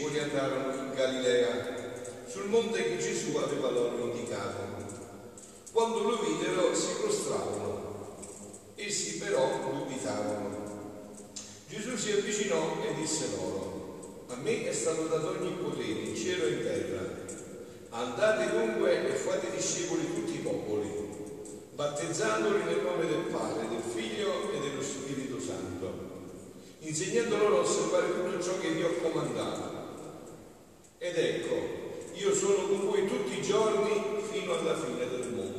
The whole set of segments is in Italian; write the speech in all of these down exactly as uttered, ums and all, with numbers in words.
discepoli andarono in Galilea, sul monte che Gesù aveva loro indicato. Quando lo videro si prostrarono, essi però dubitarono. Gesù si avvicinò e disse loro: a me è stato dato ogni potere in cielo e in terra. Andate dunque e fate discepoli tutti i popoli, battezzandoli nel nome del Padre, del Figlio e dello Spirito Santo, insegnando loro a osservare tutto ciò che vi ho comandato. Ed ecco, io sono con voi tutti i giorni fino alla fine del mondo.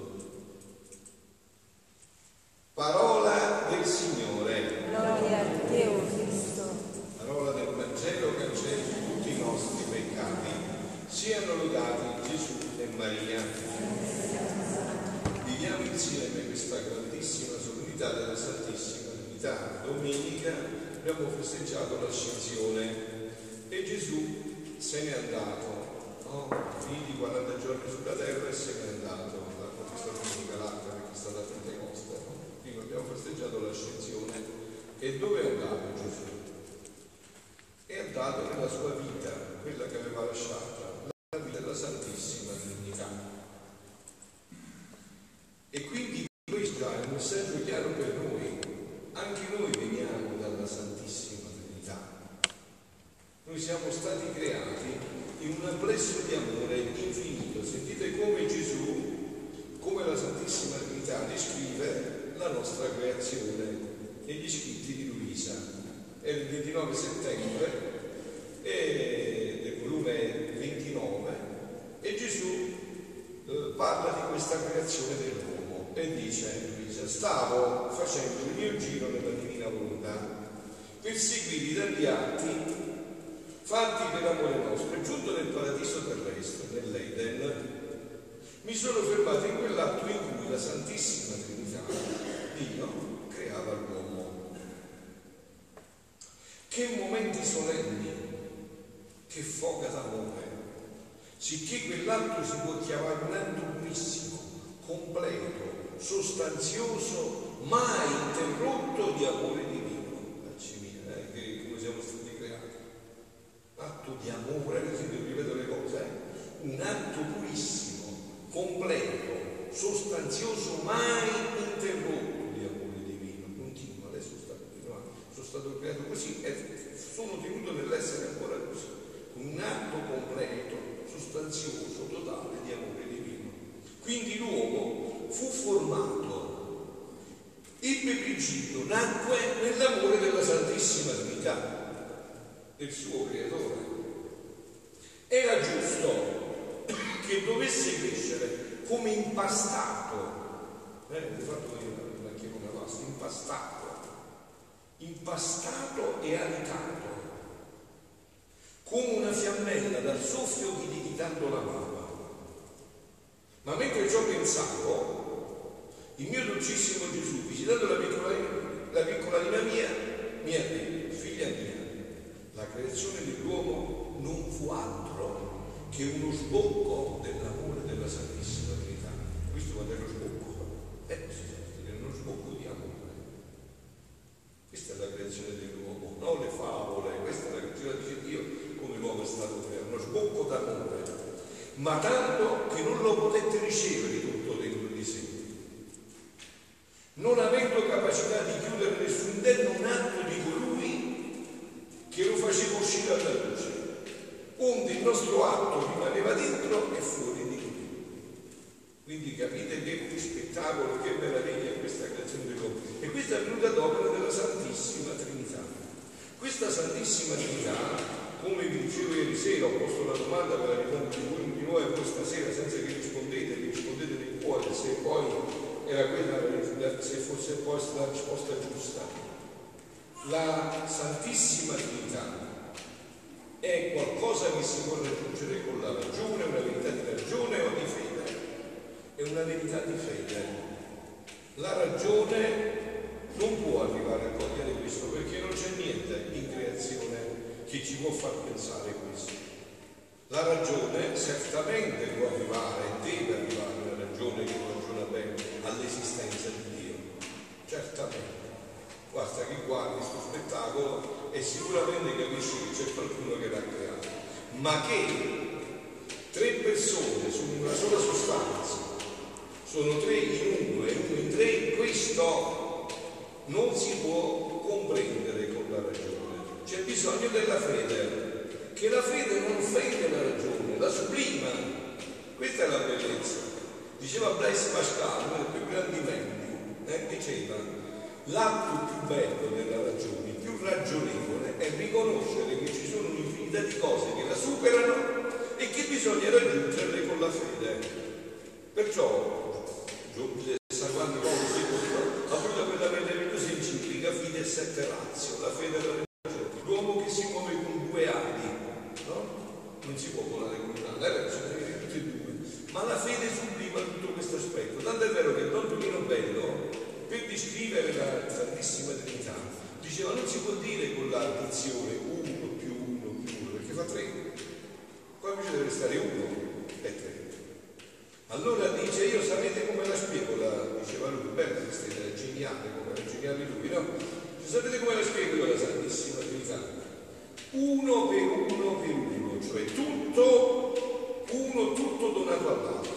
Parola del Signore. Gloria a te, o Cristo. Parola del Vangelo che cancelli tutti i nostri peccati. Siano lodati Gesù e Maria. Viviamo insieme questa grandissima solennità della Santissima Trinità. Domenica abbiamo festeggiato l'Ascensione e Gesù se n'è andato, no? Finiti quaranta giorni sulla terra e se n'è andato. Questa domenica l'altra perché è stata Pentecoste, no? Prima abbiamo festeggiato l'Ascensione. E dove è andato Gesù? È andato nella sua vita, quella che aveva lasciata, la vita della Santissima Trinità. E quindi questo è un messaggio chiaro per noi. Anche noi veniamo dalla Santissima Trinità. Noi siamo stati creati in un amplesso di amore infinito. Sentite come Gesù, come la Santissima Trinità descrive la nostra creazione negli scritti di Luisa. È il ventinove settembre del volume ventinove e Gesù eh, parla di questa creazione dell'uomo e dice: Luisa, stavo facendo il mio giro nella divina volontà, perseguiti dagli atti fatti per amore nostro, e giunto nel paradiso terrestre, nell'Eden, mi sono fermato in quell'atto in cui la Santissima Trinità, Dio, creava l'uomo. Che momenti solenni, che foga d'amore, sicché quell'atto si può chiamare un atto purissimo, completo, sostanzioso, mai interrotto di amore divino. Facci mia, eh, che come siamo stati creati. Atto di amore, ripeto le cose, eh? Un atto purissimo, completo, sostanzioso, mai interrotto di amore divino. Continua, adesso sta continuando, sono stato creato così e sono tenuto nell'essere ancora così, un atto completo, sostanzioso, totale di amore divino. Quindi l'uomo fu formato, ebbe principio, nacque nell'amore della Santissima Trinità, del suo creatore. Era giusto che dovesse crescere come impastato, eh, di fatto io la chiamo una pasta, impastato, impastato e alitato, come una fiammella dal soffio che gli dando la lava. Ma mentre ciò pensavo, il mio dolcissimo Gesù, visitando la piccola, la piccola anima mia, mi ha detto: figlia mia, la creazione dell'uomo non fu altro che uno sbocco dell'amore della Santissima Trinità. Questo quando è lo sbocco? Eh, è uno sbocco di amore. Questa è la creazione dell'uomo, non le favole, questa è la creazione, dice Dio, come l'uomo è stato creato, uno sbocco d'amore, ma tanto che non lo potette ricevere tutto dentro di sé, non avendo capacità di chiudere nessun dentro un atto di colui che lo faceva uscire alla luce, onde il nostro atto rimaneva dentro e fuori di lui. Quindi capite che spettacolo, che meraviglia questa creazione dell'uomo. E questa è venuta ad opera della Santissima Trinità. Questa Santissima Trinità, come vi dicevo ieri sera, ho posto la domanda per la rispondo di nuovo e poi stasera senza che rispondete, vi rispondete nel cuore se poi era quella, se fosse poi la risposta giusta. La Santissima Trinità è qualcosa che si può raggiungere con la ragione, una verità di ragione o di fede. È una verità di fede. La ragione non può arrivare a cogliere questo, perché non c'è niente in creazione che ci può far pensare questo. La ragione certamente può arrivare, deve arrivare una ragione che ragiona bene all'esistenza di Dio, certamente. Basta che guardi questo spettacolo e sicuramente capisci che c'è qualcuno che l'ha creato. ma che tre persone sono una sola sostanza, sono tre in uno e uno in tre, questo non si può comprendere con la ragione. C'è bisogno della fede, che la fede non offende la ragione, la sublima. Questa è la bellezza. Diceva Blaise Pascal, uno dei più grandi menti, eh, diceva: l'atto più bello della ragione, più ragionevole, è riconoscere che ci sono un'infinità di cose che la superano e che bisogna raggiungerle con la fede. Perciò San Giovanni Paolo secondo ha avuto quella meravigliosa enciclica Fides et Ratio, la fede e la ragione, l'uomo che si muove con due ali, no? Non si può volare con un'ala, eh, sono tutti e due, ma la fede sublima tutto questo aspetto. Tanto è vero che Don Tonino Bello, per descrivere la Santissima Trinità, diceva non si può dire con la dizione uno più uno più uno, perché fa tre, qua invece deve stare uno e tre. Allora dice, io sapete come la spiego, la, diceva lui, beh, questa era geniale, come era geniale lui, no? Sapete come la spiego io la Santissima Trinità? Uno per uno per uno, cioè tutto, uno tutto donato all'altro.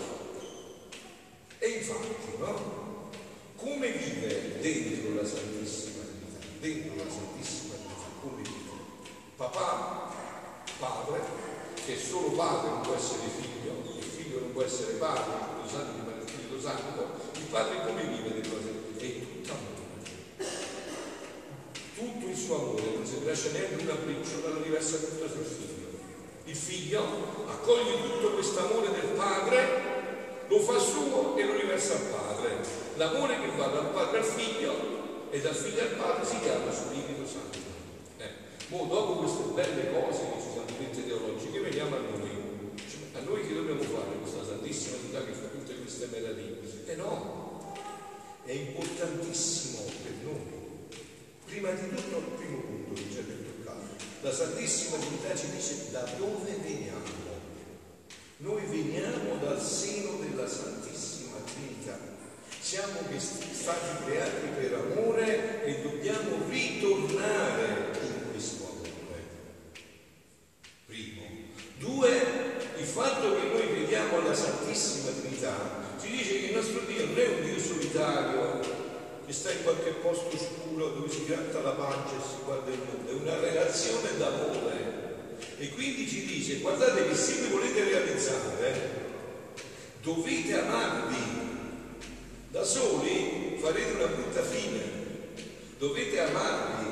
E infatti, no? Come vive dentro la Santissima Trinità? Dentro la Santissima Trinità, come vive? Papà, padre, che solo padre non può essere figlio, il figlio non può essere padre, il Spirito Santo rimane il Spirito Santo, il padre come vive dentro la Santissima Trinità? È tutto amore. Tutto il suo amore, non si lascia neanche una briciola, lo riversa tutto sul figlio. Il figlio accoglie tutto questo amore del padre, lo fa suo e lo riversa al padre. L'amore che va dal padre al figlio e dal figlio al padre si chiama Spirito Santo. Eh. Mo, dopo queste belle cose che ci sono dette teologiche, veniamo a noi. Cioè, a noi che dobbiamo fare questa Santissima Trinità che fa tutte queste meraviglie? Eh no, è importantissimo per noi. Prima di tutto, il primo punto che c'è per toccare, la Santissima Trinità ci dice da dove veniamo. Noi veniamo dal seno della Santissima Trinità, siamo stati creati per amore e dobbiamo ritornare in questo amore. Primo. Due, il fatto che noi crediamo alla Santissima Trinità ci dice che il nostro Dio non è un Dio solitario che sta in qualche posto oscuro dove si gratta la pancia e si guarda il mondo, è una relazione d'amore. E quindi ci dice, guardate che se vi volete realizzare dovete amarvi, da soli farete una brutta fine, dovete amarvi.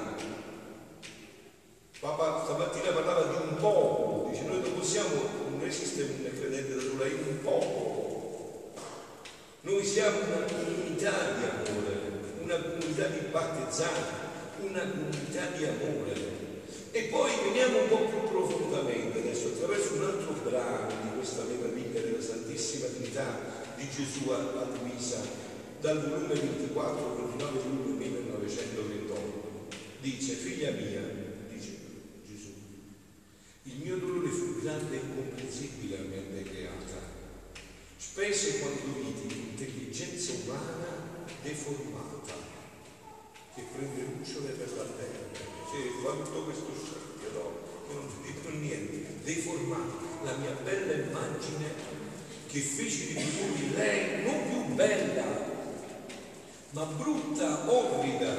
Papa stamattina parlava di un popolo, dice noi non possiamo, non esiste un credente da solo, è un popolo, noi siamo una comunità di amore, una comunità di battezzati, una comunità di amore. E poi veniamo un po' più profondamente adesso attraverso un altro brano di questa meraviglia della Santissima Trinità di Gesù a Luisa, dal volume ventiquattro, ventinove luglio millenovecentoventotto. Dice: figlia mia, dice Gesù, il mio dolore fu grande e incomprensibile a me creata, specie quando vidi l'intelligenza umana deformata che prende lucciole per la terra. Cioè, quanto questo scempio, no? Che non ti dico niente, deformato, la mia bella immagine che feci di lui, lei non più bella, ma brutta, orrida.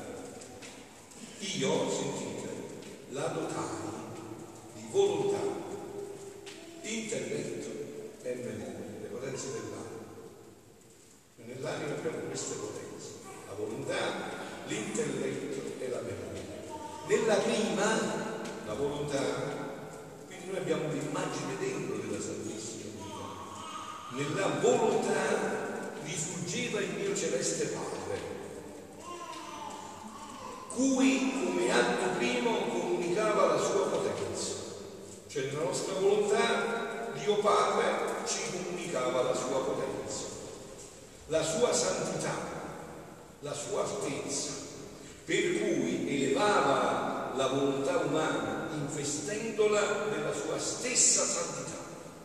Io, sentite, la dotai di volontà, intelletto e memoria, le potenze dell'anima. Nell'anima abbiamo queste potenze, la volontà, l'intelletto e la memoria. Nella prima, la volontà, quindi noi abbiamo l'immagine dentro della Santissima Trinità. Nella volontà rifulgeva il mio celeste Padre, cui come atto primo comunicava la sua potenza. Cioè nella nostra volontà Dio Padre ci comunicava la sua potenza, la sua santità, la sua altezza, per cui elevava la volontà umana investendola della sua stessa santità,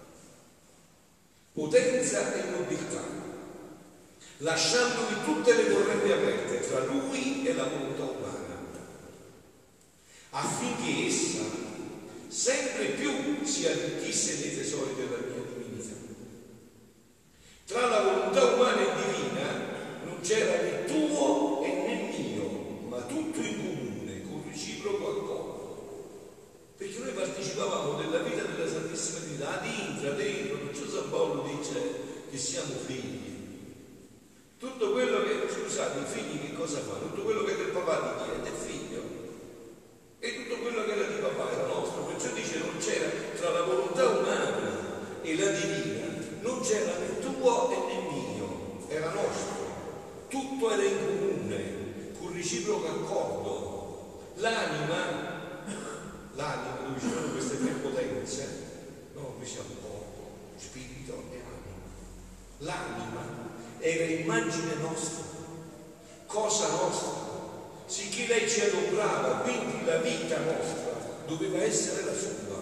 potenza e nobiltà, lasciandovi tutte le correnti aperte tra lui e la volontà umana, affinché essa sempre più si arricchisse dei tesori della mia divinità. Tra la volontà umana e divina non c'era né tuo e né mio, ma tutto in comune, con reciproco accordo. Perché noi partecipavamo della vita della Santissima Trinità, ad intra, dentro, perciò San Paolo dice che siamo figli. Tutto quello che, scusate, i figli che cosa fanno? Tutto quello che del papà ti chiede è figlio. E tutto quello che era di papà era nostro. Perciò dice non c'era tra la volontà umana e la divina, non c'era né tuo e né mio, era nostro. Tutto era in comune, con reciproco accordo. L'anima, l'anima dove ci sono queste tre potenze, no, noi siamo corpo, spirito e anima. L'anima era immagine nostra, cosa nostra, sicché lei ci adombrava, quindi la vita nostra doveva essere la sua.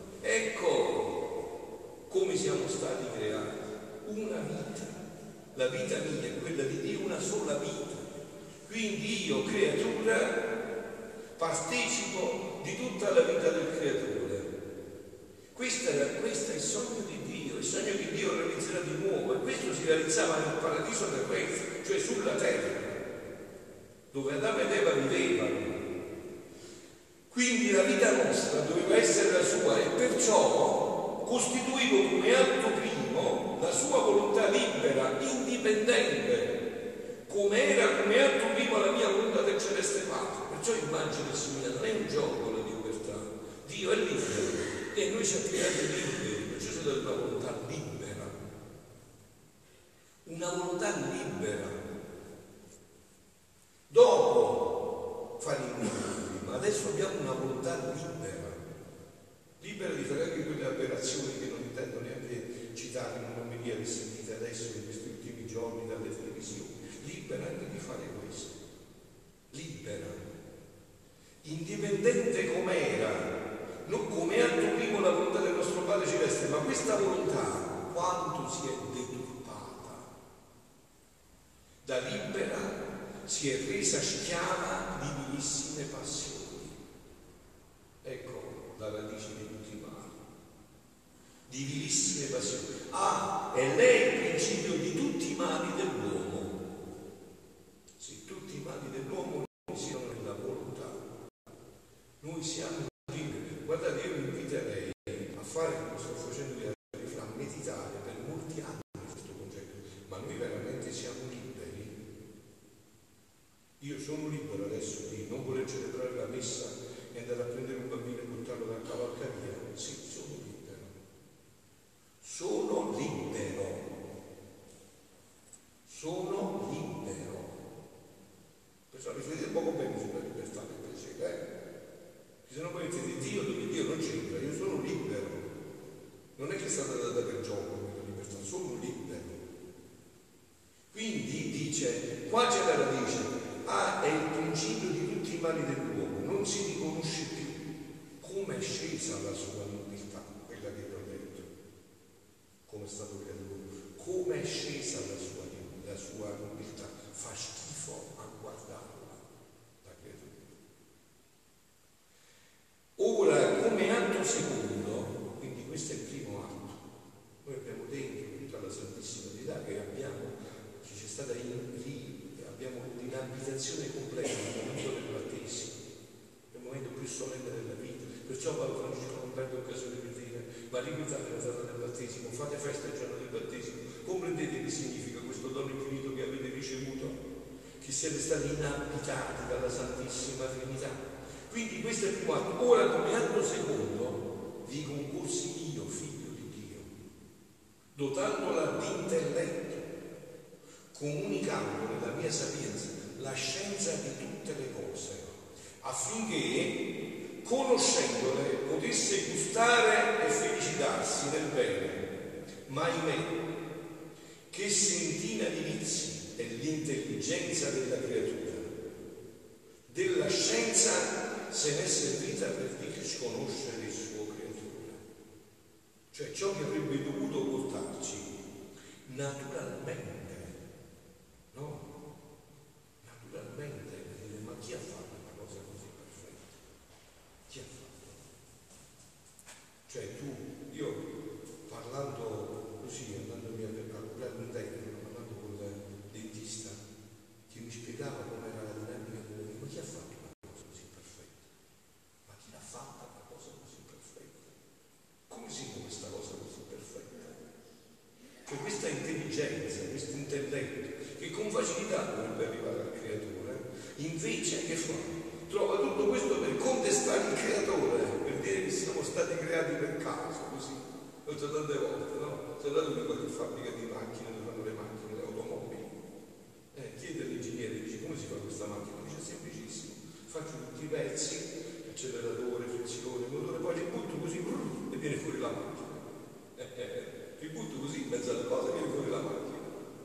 Ecco come siamo stati creati, una vita. La vita mia è quella di Dio, una sola vita. Quindi io, creatura, partecipo di tutta la vita del creatore. Questo è, questo è il sogno di Dio, il sogno che Dio realizzerà di nuovo, e questo si realizzava nel paradiso terrestre, cioè sulla terra, dove Adamo ed Eva vivevano. Quindi la vita nostra doveva essere la sua, e perciò costituivo come atto primo la sua volontà libera, indipendente, come era come atto primo la mia volontà del celeste Padre. Perciò immagine e somiglianza non è un gioco la libertà, Dio è libero e noi ci ha creati liberi, perciò c'è una volontà libera, una volontà libera. Dopo fare i miracoli, ma adesso abbiamo una volontà libera, libera di fare anche quelle aberrazioni che non intendo neanche citare in un'omelia che sentite adesso in questi ultimi giorni dalle televisioni, libera anche di fare questo, libera, indipendente com'era, non come atto primo la volontà del nostro Padre Celeste, ma questa volontà quanto si è deturpata, da libera si è resa schiava di vilissime passioni. Ecco la radice di tutti i mali, di vilissime passioni. Ah, e lei è il principio di tutti i mali dell'uomo. Se tutti i mali dell'uomo siano nella volontà, noi siamo liberi. Guardate, io vi inviterei a fare come sto facendo io, a meditare per molti anni questo concetto, ma noi veramente siamo liberi. Io sono libero adesso di non voler celebrare la messa e andare a prendere un bambino e buttarlo dalla cavalcavia. Sì, sono libero. Sono libero. Sono libero. Perciò riflettete un poco bene sulla libertà che piacere, eh? Se no poi dite Dio dove Dio non c'entra, io sono libero. Non è che è stata data per gioco quella libertà, sono libero. Quindi dice, qua c'è la radice, ah, è il principio di tutti i mali dell'uomo, non si riconosce più come è scesa la sua nobiltà, quella che vi ho detto, come è stato creato l'uomo, come è scesa la sua, la sua nobiltà, fa schifo a guardarla, la creatura. Ora, come atto secondo, quindi questo è il primo atto, noi abbiamo dentro tutta la Santissima Trinità che abbiamo, che c'è stata in, lì, abbiamo l'inabitazione completa nel momento del battesimo, nel momento più solenne della vita. Perciò Paolo Francesco non perde occasione per dire, ma ricordate la data del battesimo, fate festa il giorno del battesimo, comprendete che significa questo dono infinito che avete ricevuto, che siete stati inabitati dalla Santissima Trinità. Quindi questo è il primo atto. Ora, come atto secondo, vi concorsi io, figlio di Dio, dotandola di intelletto, comunicando nella mia sapienza la scienza di tutte le cose, affinché, conoscendole, potesse gustare e felicitarsi nel bene. Ma ahimè, che sentina di vizi è l'intelligenza della creatura. Della scienza se n'è servita per disconoscere il suo creatore, cioè ciò che avrebbe dovuto portarci naturalmente, no? Naturalmente, per dire, ma chi ha fatto una cosa così perfetta? Chi ha fatto? Cioè tu cioè questa intelligenza, questo intelletto, che con facilità dovrebbe arrivare al creatore, invece che fa? Trova tutto questo per contestare il creatore, per dire che siamo stati creati per caso, così. L'ho detto tante volte, no? Se andate in qualche fabbrica di macchine dove fanno le macchine, le automobili, eh, chiede all'ingegnere, dice come si fa questa macchina? Dice semplicissimo, faccio tutti i pezzi, acceleratore, frizione, motore, poi li butto così brrr, e viene fuori la macchina. Eh, eh, li butto così in mezzo alle cose e viene fuori la macchina.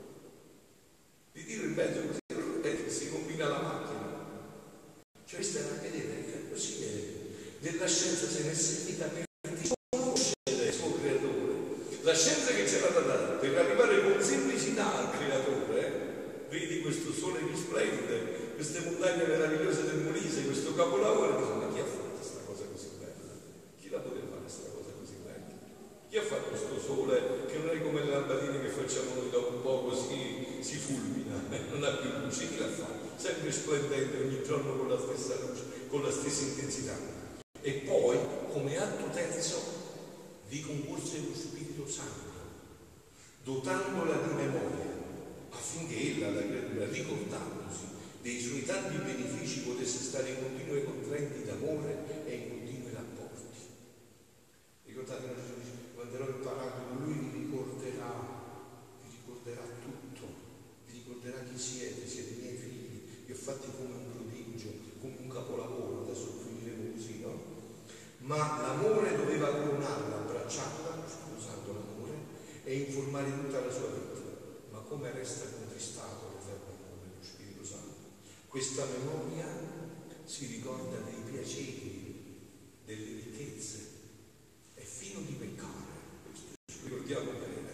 Li tiro in mezzo così e si combina la macchina. Cioè questa è una vedete, così è. Della scienza se ne è servita per conoscere il suo creatore. La scienza che c'era da dare per arrivare con semplicità al creatore, vedi questo sole che splende, queste montagne meravigliose del Molise, questo capolavoro, dico, ma chi ha fatto questa cosa così bella? Chi la poteva fare questa cosa così bella? Chi ha fatto questo sole che non è come le lampadine che facciamo noi dopo un po' così si fulmina, non ha più luce? Chi l'ha fatto? Sempre splendente ogni giorno con la stessa luce, con la stessa intensità. E poi, come atto terzo, vi concorse lo Spirito Santo, dotandola di memoria, affinché ella, la creatura, ricordandosi dei suoi tanti benefici, potesse stare in continue contraenti d'amore e in continui rapporti. Ricordate, quando ero imparato, lui vi ricorderà, vi ricorderà tutto, vi ricorderà chi siete, siete i miei figli, vi ho fatti come un prodigio, come un capolavoro, adesso finiremo così, no? Ma l'amore doveva coronarla, abbracciarla, scusando l'amore, e informare tutta la sua vita. Ma come resta contristato l'eterno amore dello Spirito Santo? Questa memoria si ricorda dei piaceri, delle ricchezze, è fino di peccare, questo ci ricordiamo bene.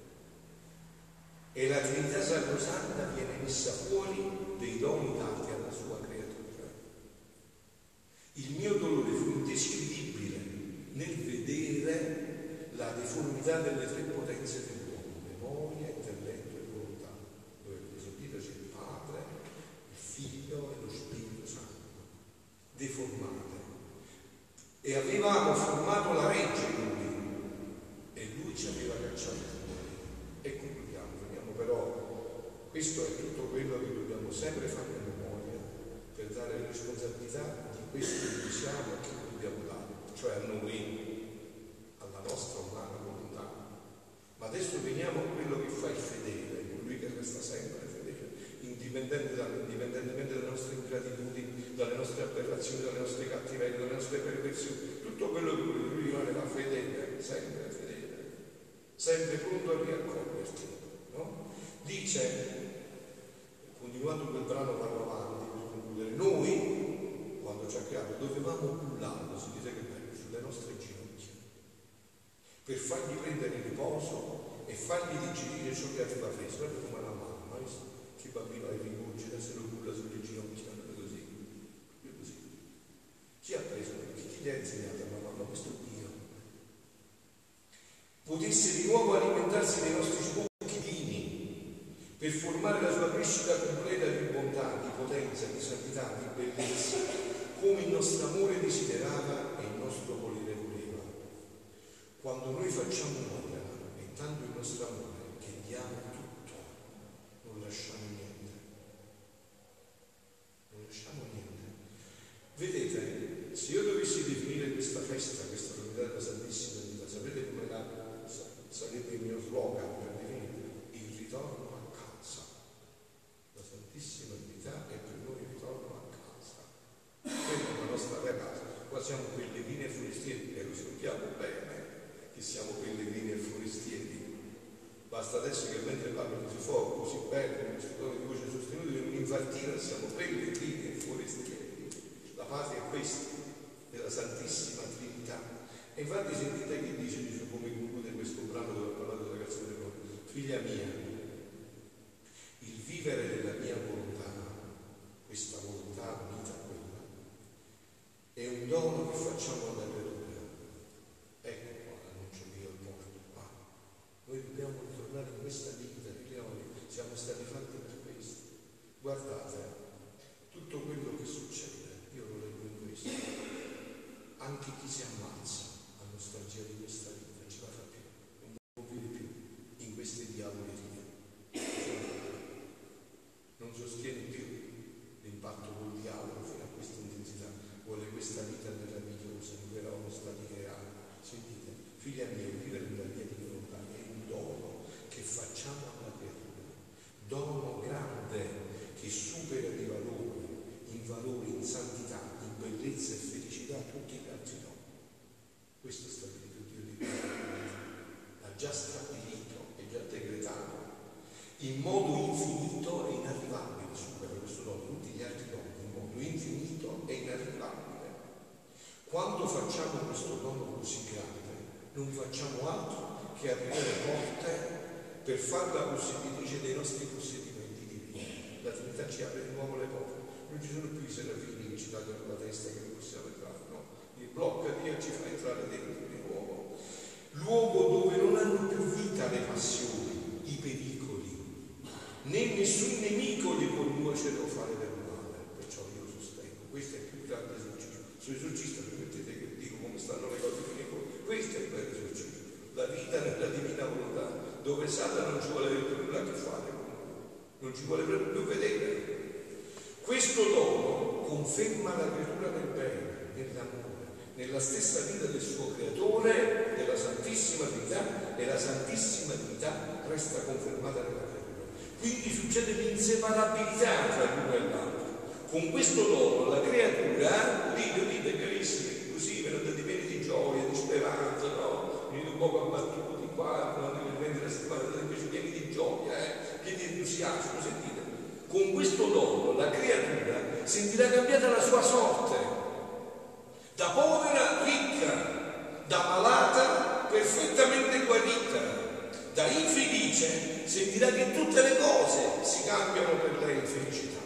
E la Trinità Sacrosanta viene messa fuori dei doni dati alla sua creatura. Il mio dolore fu indescrivibile nel vedere la deformità delle tre potenze dell'uomo, memoria, intelletto e volontà, dove per esempio c'è il Padre, il Figlio e lo Spirito Santo, deformate. E avevamo formato la reggia in lui, e lui ci aveva cacciato fuori. E concludiamo, vediamo però, questo è tutto quello che dobbiamo sempre fare in memoria per dare la responsabilità di questo che siamo e che dobbiamo dare, cioè a noi, alla nostra umana volontà. Ma adesso veniamo a quello che fa il fedele, colui che resta sempre fedele, indipendente da, indipendentemente dalle nostre ingratitudini, dalle nostre aberrazioni, dalle nostre cattiverie, dalle nostre perversioni, tutto quello che lui rimaneva fedele, sempre fedele, sempre pronto a riaccoglierti, no? Dice, continuando quel brano vanno avanti per concludere, noi quando ci ha creato dovevamo cullarlo, si dice che bello, sulle nostre ginocchia, per fargli prendere riposo e fargli digerire ciò che aveva preso, proprio come la mamma, che bambino ai rigurgita se lo culla sulle ginocchia, così, così. Chi ha preso? Chi gli ha insegnato a la mamma? Questo Dio. Potesse di nuovo alimentarsi dei nostri sbocchi vini per formare la sua crescita completa di bontà, di potenza, di santità, di bellezza, come il nostro amore desiderava e il nostro volere voleva. Quando noi facciamo un'opera e tanto il nostro amore che diamo tutto, non lasciamo niente. Non lasciamo niente. Vedete, se io dovessi definire questa festa, questa Trinità della Santissima Trinità, sapete come la, sarebbe il mio slogan per definire? Il ritorno a casa. La Santissima Trinità è per noi il ritorno a casa. Quella è la nostra casa. Qua siamo pellegrini e forestieri, e lo sappiamo bene che siamo pellegrini e forestieri. Basta adesso che mentre parlo così forte, così bene, con questo tono di voce sostenuto, di un'infartina, siamo pellegrini e forestieri. La patria è questa, della Santissima Trinità. E infatti sentite che dice, dice come conclude questo brano dove ha parlato della canzone del Corno. Figlia mia, il vivere della mia volontà, questa volontà unita a quella, è un dono che facciamo alla creatura. Ecco qua l'annuncio di Dio al morto, qua. Noi dobbiamo ritornare in questa vita, figlioli, siamo stati fatti per questo. Guardate, tutto quello che succede, io lo leggo in questo, anche chi si ammazza a nostalgia di questa vita, ce la fa più, non può vivere più in queste in modo infinito e inarrivabile, supera questo dono, tutti gli altri doni, in modo infinito e inarrivabile. Quando facciamo questo dono così grande, non facciamo altro che aprire le porte per farla possibilitrice dei nostri possedimenti divini. La Trinità ci apre di nuovo le porte. Non ci sono più i serafini che ci tagliano la testa che non possiamo entrare, no? Li blocca Dio e ci fa entrare dentro di nuovo. Luogo dove non hanno più vita le passioni, i pericoli, né nessun nemico gli può nuocere o fare del male. Perciò io sostengo, questo è il più grande esorcismo. Sono esorcista, permettete che dico come stanno le cose con i voi. Questo è il vero esorcismo, la vita nella divina volontà, dove Satana non ci vuole avere più nulla a che fare, non ci vuole più vedere. Questo dono conferma la creatura nel bene, nell'amore, nella stessa vita del suo creatore, della Santissima Trinità, e la Santissima Trinità resta confermata nella creatura. Quindi succede l'inseparabilità tra l'uno e l'altro. Con questo dono la creatura, udite, udite carissimi, così venite pieni di gioia, di speranza, no? Venite un poco abbattuti qua, quando vi prendi la settimana, invece pieni di gioia, eh? pieni di entusiasmo, sentite. Con questo dono la creatura sentirà cambiata la sua sorte, da povera ricca, da malata perfettamente guarita, da infelice sentirà che tutte le cose si cambiano per lei in felicità.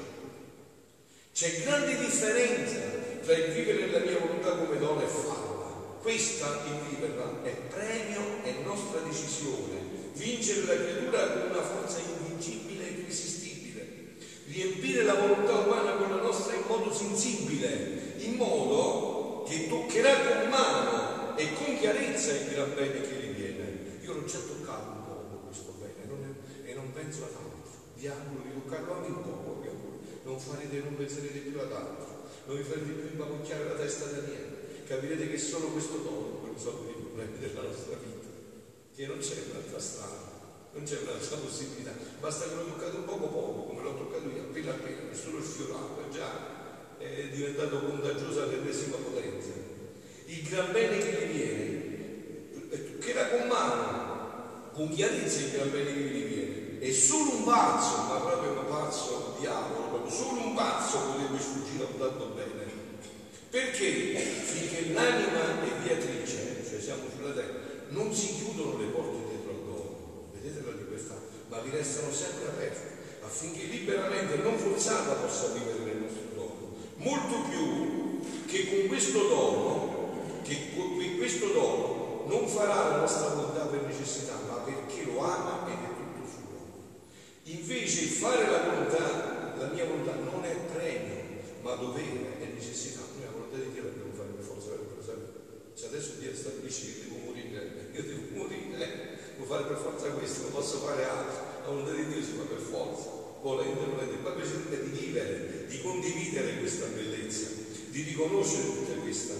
C'è grande differenza tra il vivere nella mia volontà come donna e farla. Questa, il viverla, è premio, è nostra decisione. Vincere la creatura con una forza invincibile e irresistibile. Riempire la volontà umana con la nostra in modo sensibile, in modo che toccherà con mano e con chiarezza il gran bene che gli viene. Io l'ho già toccato un po' questo bene non è, e non penso ad altro. Vi auguro di toccarlo anche un po', vi auguro. Non farete, non penserete più ad altro, non vi farete più imbamocchiare la testa da niente. Capirete che solo questo dono può risolvere i problemi della nostra vita, che non c'è un'altra strada, non c'è un'altra possibilità. Basta che l'ho toccato un poco poco, come l'ho toccato io, appena appena, solo sfiorato, è già è diventato contagiosa all'ennesima potenza. Il gran bene che gli viene, toccherà con mano, con chiarezza il gran bene che gli viene. E solo un pazzo, ma proprio un pazzo diavolo, proprio solo un pazzo potrebbe sfuggire a un tanto bene. Perché finché l'anima è viatrice, cioè siamo sulla terra, non si chiudono le porte dietro al dono, vedete la libertà, ma vi restano sempre aperte, affinché liberamente, non forzata, possa vivere nel nostro dono. Molto più che con questo dono, che con questo dono non farà la nostra volontà per necessità, ma perché lo ama ed è tutto suo. Invece il fare la volontà, la mia volontà, non è premio, ma dovere, è necessità. Noi la volontà di Dio la dobbiamo fare per forza, per esempio. Se adesso Dio stabilisce che devo morire, io devo morire, eh? devo fare per forza questo, non posso fare altro. La volontà di Dio si fa per forza, volendo, volendo. Ma bisogna di vivere, di condividere questa bellezza, di riconoscere tutta questa.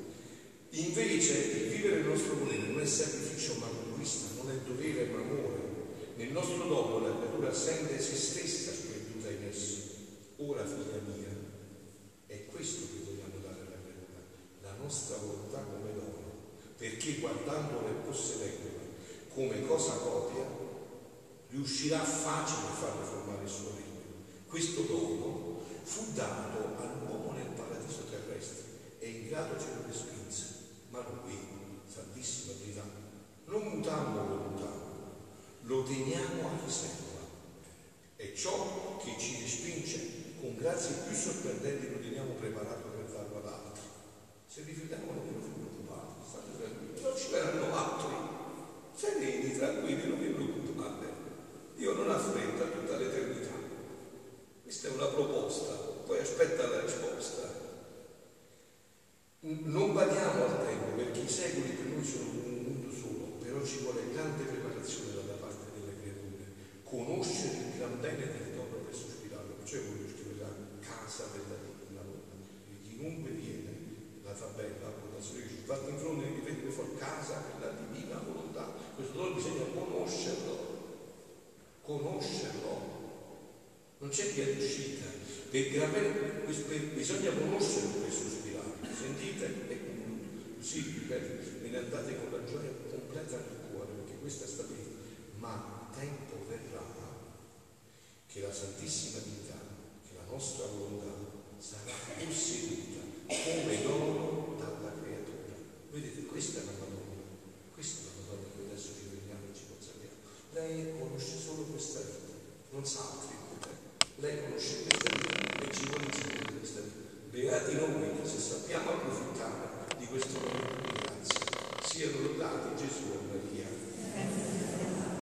Invece il vivere il nostro volere non è sacrificio ma conquista, non è dovere ma amore. Nel nostro dono la creatura sente se stessa sperduta in esso. Ora, figlia mia, è questo che vogliamo dare alla creatura, la nostra volontà come dono, perché guardandola e possedendola come cosa propria, riuscirà facile a farle formare il suo regno. Questo dono fu dato all'uomo nel paradiso terrestre e in grado ce lo respinse, ma lui, Santissima Trinità, non mutammo volontà, lo teniamo a riserva, e ciò che ci respinge con grazie più sorprendenti lo teniamo preparato per darlo ad altri. Se rifiutiamo non vi preoccupate, state tranquilli, non ci verranno altri, sereni, tranquilli, non vi preoccupate, Dio non ha fretta tutta l'eternità. Questa è una proposta, poi aspetta la risposta. Non badiamo al tempo, perché i secoli per noi sono un mondo solo, però ci vuole grande preparazione dalla parte delle creature, conoscere il gran bene del dono per sospirarlo. Perciò voglio scrivere la casa della divina volontà, e chiunque viene, la tabella, la votazione che ci fatta in fronte, mi vede fuori casa della divina volontà. Questo dono bisogna conoscerlo, conoscerlo, non c'è via d'uscita, perché bisogna conoscerlo per sospirare. Sentite e concludo, così ripeto, ve ne andate con la gioia completa nel cuore, perché questa è stabilita. Ma tempo verrà che la Santissima Trinità, che la nostra volontà sarà posseduta come dono dalla creatura. Vedete, questa è la Madonna, questa è la Madonna che adesso ci vediamo e ci conserviamo. Lei conosce solo questa vita, non sa altri vite. Lei conosce questa vita e ci vuole insegnare questa vita. Beati noi se sappiamo approfittare di questo momento di grazia. Siano lodati Gesù